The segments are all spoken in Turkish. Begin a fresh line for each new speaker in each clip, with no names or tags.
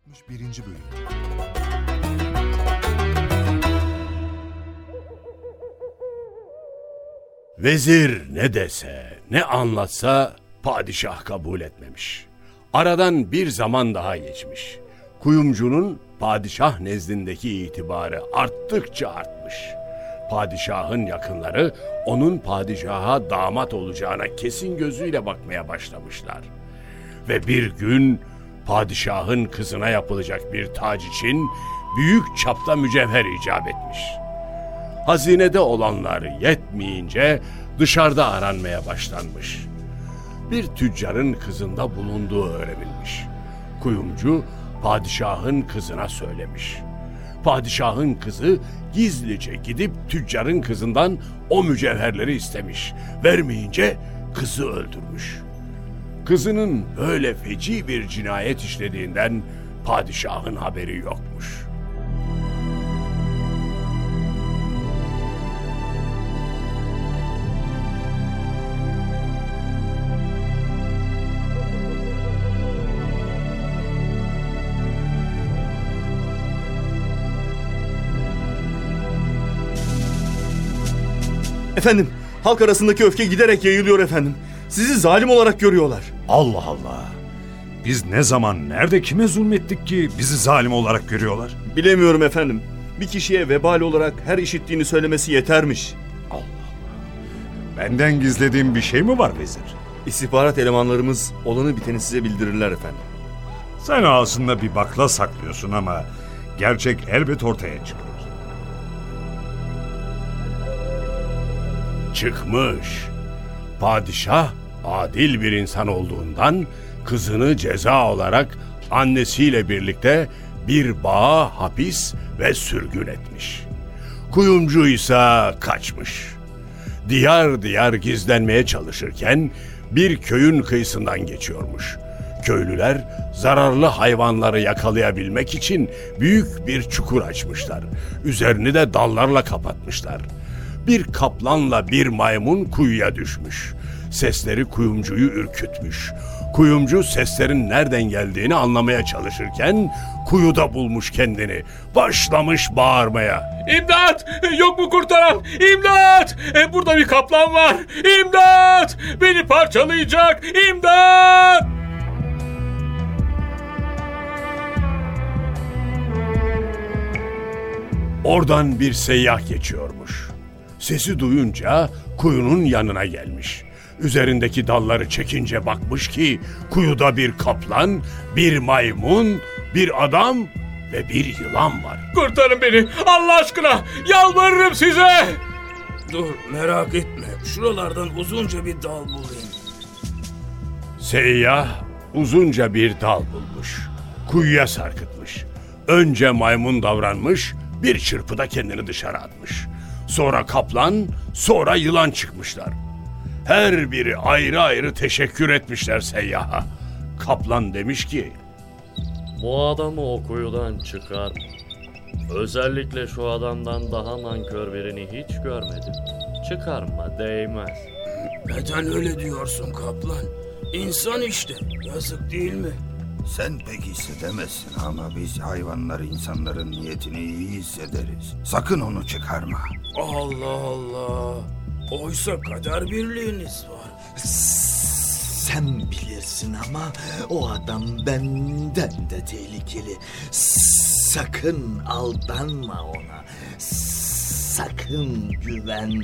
61. Bölüm.
Vezir ne dese, ne anlatsa padişah kabul etmemiş. Aradan bir zaman daha geçmiş. Kuyumcunun padişah nezdindeki itibarı arttıkça artmış. Padişahın yakınları onun padişaha damat olacağına kesin gözüyle bakmaya başlamışlar. Ve bir gün padişahın kızına yapılacak bir tac için büyük çapta mücevher icap etmiş. Hazinede olanlar yetmeyince dışarıda aranmaya başlanmış. Bir tüccarın kızında bulunduğu öğrenilmiş. Kuyumcu padişahın kızına söylemiş. Padişahın kızı gizlice gidip tüccarın kızından o mücevherleri istemiş. Vermeyince kızı öldürmüş. Kızının böyle feci bir cinayet işlediğinden padişahın haberi yokmuş.
Efendim, halk arasındaki öfke giderek yayılıyor efendim. Sizi zalim olarak görüyorlar.
Allah Allah! Biz ne zaman, nerede, kime zulmettik ki bizi zalim olarak görüyorlar?
Bilemiyorum efendim. Bir kişiye vebal olarak her işittiğini söylemesi yetermiş.
Allah Allah! Benden gizlediğin bir şey mi var vezir?
İstihbarat elemanlarımız olanı biteni size bildirirler efendim.
Sen ağzında bir bakla saklıyorsun ama gerçek elbet ortaya çıkıyor.
Çıkmış. Padişah adil bir insan olduğundan kızını ceza olarak annesiyle birlikte bir bağa hapis ve sürgün etmiş. Kuyumcu ise kaçmış. Diyar diyar gizlenmeye çalışırken bir köyün kıyısından geçiyormuş. Köylüler zararlı hayvanları yakalayabilmek için büyük bir çukur açmışlar. Üzerini de dallarla kapatmışlar. Bir kaplanla bir maymun kuyuya düşmüş. Sesleri kuyumcuyu ürkütmüş. Kuyumcu seslerin nereden geldiğini anlamaya çalışırken kuyuda bulmuş kendini. Başlamış bağırmaya.
İmdat! Yok mu kurtaran? İmdat! Burada bir kaplan var. İmdat! Beni parçalayacak. İmdat!
Oradan bir seyyah geçiyormuş. Sesi duyunca kuyunun yanına gelmiş. Üzerindeki dalları çekince bakmış ki kuyuda bir kaplan, bir maymun, bir adam ve bir yılan var.
Kurtarın beni. Allah aşkına. Yalvarırım size.
Dur, merak etme. Şuralardan uzunca bir dal bulayım.
Seyyah uzunca bir dal bulmuş. Kuyuya sarkıtmış. Önce maymun davranmış, bir çırpıda kendini dışarı atmış. Sonra kaplan, sonra yılan çıkmışlar. Her biri ayrı ayrı teşekkür etmişler seyyaha. Kaplan demiş ki,
bu adamı o kuyudan çıkar. Özellikle şu adamdan daha nankör birini hiç görmedim. Çıkarma, değmez.
Neden öyle diyorsun kaplan? İnsan işte, yazık değil mi?
Sen pek hissedemezsin ama biz hayvanlar insanların niyetini iyi hissederiz. Sakın onu çıkarma.
Allah Allah. Oysa kader birliğiniz var.
Sen bilirsin ama o adam benden de tehlikeli. Sakın aldanma ona. Sakın güvenme.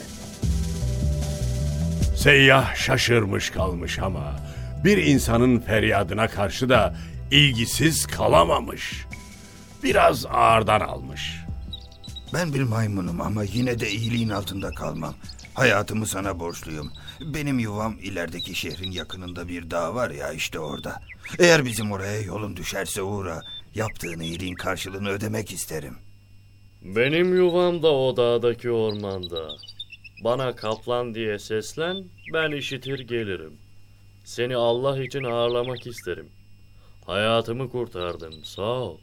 seyyah şaşırmış kalmış ama bir insanın feryadına karşı da ilgisiz kalamamış. Biraz ağırdan almış.
Ben bir maymunum ama yine de iyiliğin altında kalmam. Hayatımı sana borçluyum. Benim yuvam ilerideki şehrin yakınında bir dağ var ya, işte orada. Eğer bizim oraya yolun düşerse uğra. Yaptığın iyiliğin karşılığını ödemek isterim.
Benim yuvam da o dağdaki ormanda. Bana kaplan diye seslen, ben işitir gelirim. Seni Allah için ağırlamak isterim. Hayatımı kurtardın, sağ ol.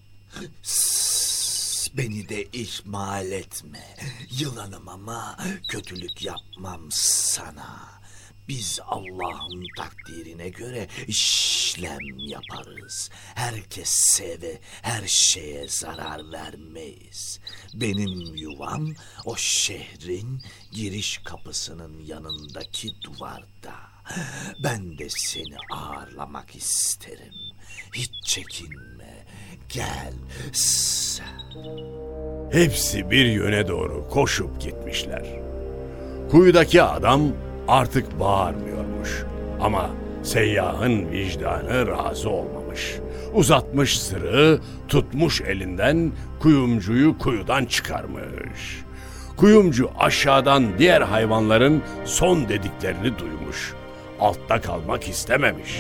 Beni de ihmal etme. Yılanım ama kötülük yapmam sana. Biz Allah'ın takdirine göre işlem yaparız. Herkese ve her şeye zarar vermeyiz. Benim yuvam o şehrin giriş kapısının yanındaki duvarda. Ben de seni ağırlamak isterim. Hiç çekinme. Gel.
Hepsi bir yöne doğru koşup gitmişler. Kuyudaki adam artık bağırmıyormuş. Ama seyyahın vicdanı razı olmamış. Uzatmış sırığı, tutmuş elinden kuyumcuyu kuyudan çıkarmış. Kuyumcu aşağıdan diğer hayvanların son dediklerini duymuş. Altta kalmak istememiş.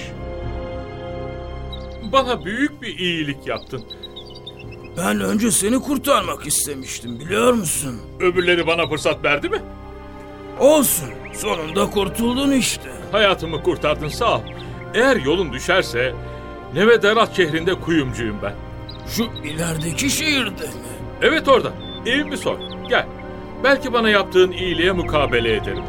Bana büyük bir iyilik yaptın.
Ben önce seni kurtarmak istemiştim, biliyor musun?
Öbürleri bana fırsat verdi mi?
Olsun, sonunda kurtuldun işte.
Hayatımı kurtardın, sağ ol. Eğer yolun düşerse Nevederat şehrinde kuyumcuyum ben.
Şu ilerideki şehirde mi?
Evet, orada. Evimi sor. Gel. Belki bana yaptığın iyiliğe mukabele ederim.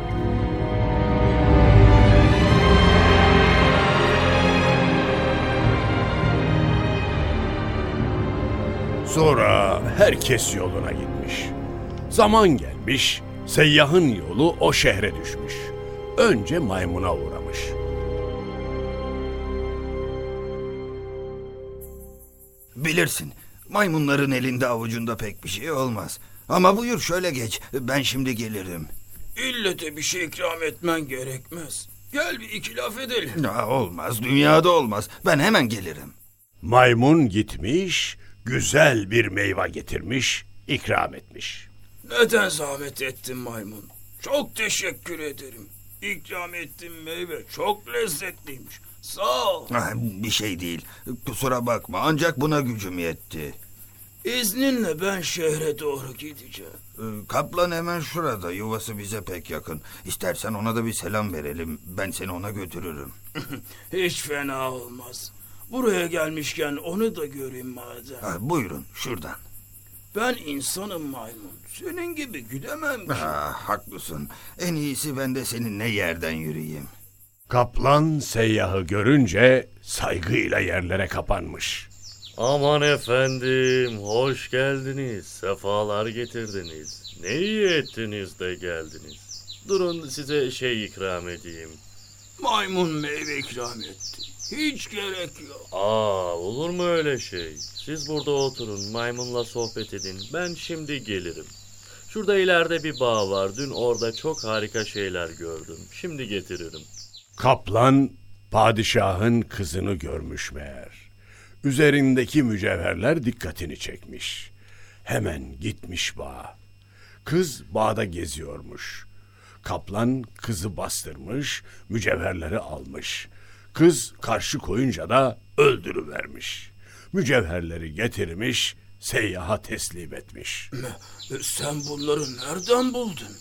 Sonra herkes yoluna gitmiş. Zaman gelmiş, seyyahın yolu o şehre düşmüş. Önce maymuna uğramış.
Bilirsin, maymunların elinde avucunda pek bir şey olmaz. Ama buyur şöyle geç, ben şimdi gelirim.
İlle de bir şey ikram etmen gerekmez. Gel bir iki laf edelim.
Olmaz, dünyada olmaz. Ben hemen gelirim.
Maymun gitmiş, güzel bir meyve getirmiş, ikram etmiş.
Neden zahmet ettin maymun? Çok teşekkür ederim. İkram ettiğin meyve çok lezzetliymiş. Sağ ol.
Bir şey değil, kusura bakma, ancak buna gücüm yetti.
İzninle ben şehre doğru gideceğim.
Kaplan hemen şurada, yuvası bize pek yakın. İstersen ona da bir selam verelim, ben seni ona götürürüm.
Hiç fena olmaz. Buraya gelmişken onu da göreyim madem.
Buyurun, şuradan.
Ben insanım maymun. Senin gibi gidemem ki.
Haklısın. En iyisi ben de seninle yerden yürüyeyim.
Kaplan seyyahı görünce saygıyla yerlere kapanmış.
Aman efendim, hoş geldiniz, sefalar getirdiniz. Ne iyi ettiniz de geldiniz. Durun size şey ikram edeyim.
Maymun meyve ikram etti. Hiç gerek yok.
Olur mu öyle şey? Siz burada oturun, maymunla sohbet edin. Ben şimdi gelirim. Şurada ileride bir bağ var. Dün orada çok harika şeyler gördüm. Şimdi getiririm.
Kaplan padişahın kızını görmüş meğer. Üzerindeki mücevherler dikkatini çekmiş. Hemen gitmiş bağa. Kız bağda geziyormuş. Kaplan kızı bastırmış, mücevherleri almış. Kız karşı koyunca da öldürüvermiş. Mücevherleri getirmiş, seyyaha teslim etmiş.
Sen bunları nereden buldun?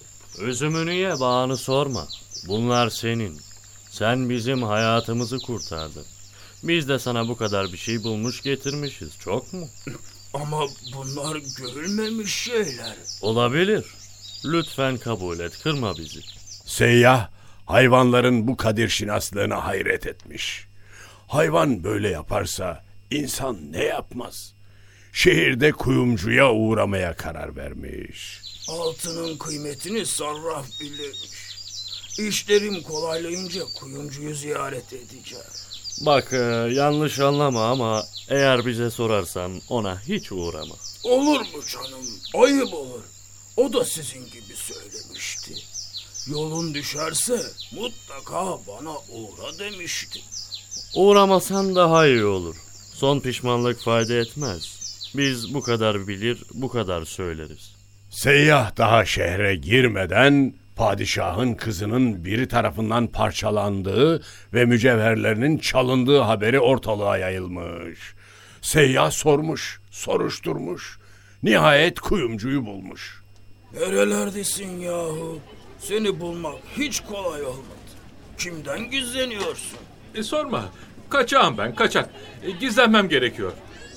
Üzümünü ye, bağını sorma. Bunlar senin. Sen bizim hayatımızı kurtardın. Biz de sana bu kadar bir şey bulmuş getirmişiz. Çok mu?
Ama bunlar görülmemiş şeyler.
Olabilir. Lütfen kabul et, kırma bizi.
Seyyah hayvanların bu kadirşinaslığına hayret etmiş. Hayvan böyle yaparsa insan ne yapmaz? Şehirde kuyumcuya uğramaya karar vermiş.
Altının kıymetini sarraf bilirmiş. İşlerim kolaylayınca kuyumcuyu ziyaret edeceğim.
Bak yanlış anlama ama eğer bize sorarsan ona hiç uğrama.
Olur mu canım? Ayıp olur. O da sizin gibi söylemişti. Yolun düşerse mutlaka bana uğra demişti.
Uğramasan daha iyi olur. Son pişmanlık fayda etmez. Biz bu kadar bilir, bu kadar söyleriz.
Seyyah daha şehre girmeden padişahın kızının biri tarafından parçalandığı ve mücevherlerinin çalındığı haberi ortalığa yayılmış. Seyyah sormuş, soruşturmuş. Nihayet kuyumcuyu bulmuş.
Nerelerdesin yahu? Seni bulmak hiç kolay olmadı. Kimden gizleniyorsun?
Sorma. Kaçağım ben, kaçak. Gizlenmem gerekiyor.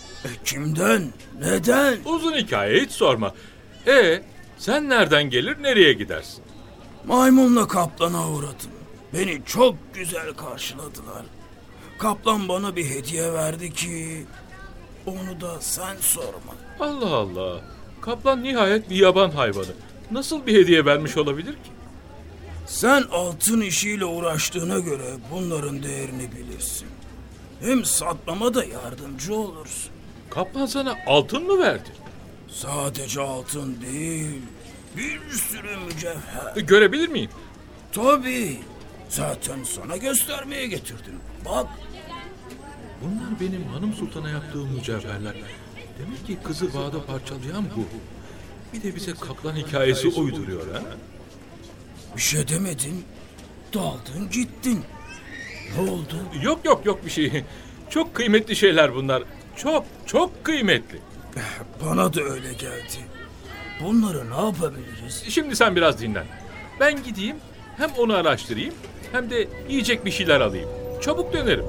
Kimden? Neden?
Uzun hikaye, hiç sorma. Sen nereden gelir, nereye gidersin?
Maymunla kaplana uğradım. Beni çok güzel karşıladılar. Kaplan bana bir hediye verdi ki onu da sen sorma.
Allah Allah. Kaplan nihayet bir yaban hayvanı. Nasıl bir hediye vermiş olabilir ki?
Sen altın işiyle uğraştığına göre bunların değerini bilirsin. Hem satmama da yardımcı olursun.
Kaplan sana altın mı verdi?
Sadece altın değil, bir sürü mücevher.
Görebilir miyim?
Tabii. Zaten sana göstermeye getirdim. Bak.
Bunlar benim hanım sultana yaptığım mücevherler. Demek ki kızı bağda parçalayan bu. Bir de bize kaplan hikayesi uyduruyor ha?
Bir şey demedin. Daldın gittin. Ne oldu?
Yok bir şey. Çok kıymetli şeyler bunlar. Çok kıymetli.
Bana da öyle geldi. Bunları ne yapabiliriz?
Şimdi sen biraz dinlen. Ben gideyim, hem onu araştırayım, hem de yiyecek bir şeyler alayım. Çabuk dönerim.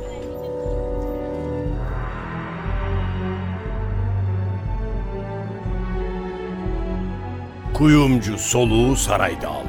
Kuyumcu soluğu sarayda alır.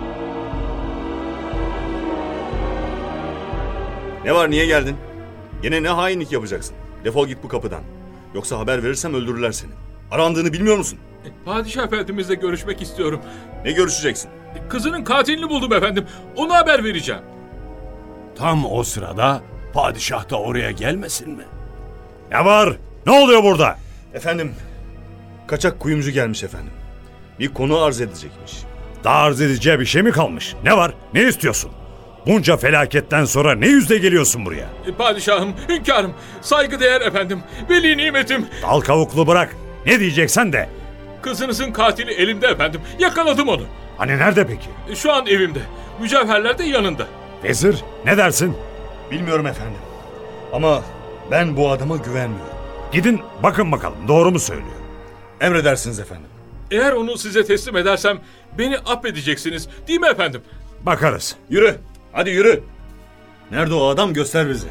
Ne var, niye geldin? Yine ne hainlik yapacaksın? Defol git bu kapıdan. Yoksa haber verirsem öldürürler seni. Arandığını bilmiyor musun?
Padişah efendimizle görüşmek istiyorum.
Ne görüşeceksin?
Kızının katilini buldum efendim. Ona haber vereceğim.
Tam o sırada padişah da oraya gelmesin mi?
Ne var? Ne oluyor burada?
Efendim, kaçak kuyumcu gelmiş efendim. Bir konu arz edecekmiş.
Daha arz edeceği bir şey mi kalmış? Ne var? Ne istiyorsun? Bunca felaketten sonra ne yüzle geliyorsun buraya?
Padişahım, hünkârım, saygıdeğer efendim, veli nimetim.
Dal kavuklu bırak. Ne diyeceksen de.
Kızınızın katili elimde efendim. Yakaladım onu.
Hani nerede peki?
Şu an evimde. Mücevherler de yanında.
Vezir, ne dersin?
Bilmiyorum efendim. Ama ben bu adama güvenmiyorum.
Gidin bakın bakalım doğru mu söylüyor?
Emredersiniz efendim.
Eğer onu size teslim edersem beni affedeceksiniz, değil mi efendim?
Bakarız.
Yürü. Hadi yürü. Nerede o adam, göster bize.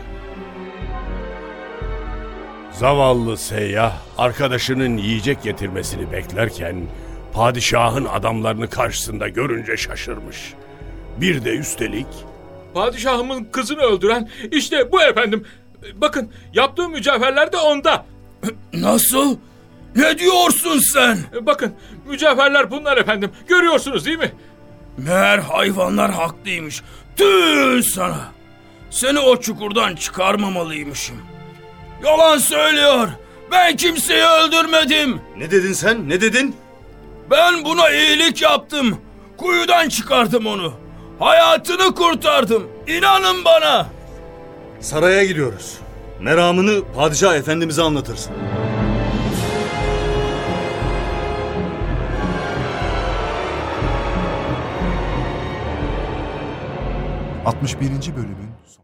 Zavallı seyyah arkadaşının yiyecek getirmesini beklerken padişahın adamlarını karşısında görünce şaşırmış. Bir de üstelik
Padişahımın kızını öldüren işte bu efendim. Bakın, yaptığım mücevherler de onda.
Nasıl? Ne diyorsun sen?
Bakın, mücevherler bunlar efendim. Görüyorsunuz değil mi?
Meğer hayvanlar haklıymış. Tüh sana! Seni o çukurdan çıkarmamalıymışım. Yalan söylüyor. Ben kimseyi öldürmedim.
Ne dedin sen? Ne dedin?
Ben buna iyilik yaptım. Kuyudan çıkardım onu. Hayatını kurtardım. İnanın bana.
Saraya gidiyoruz. Meramını padişah efendimize anlatırsın.
61. bölümün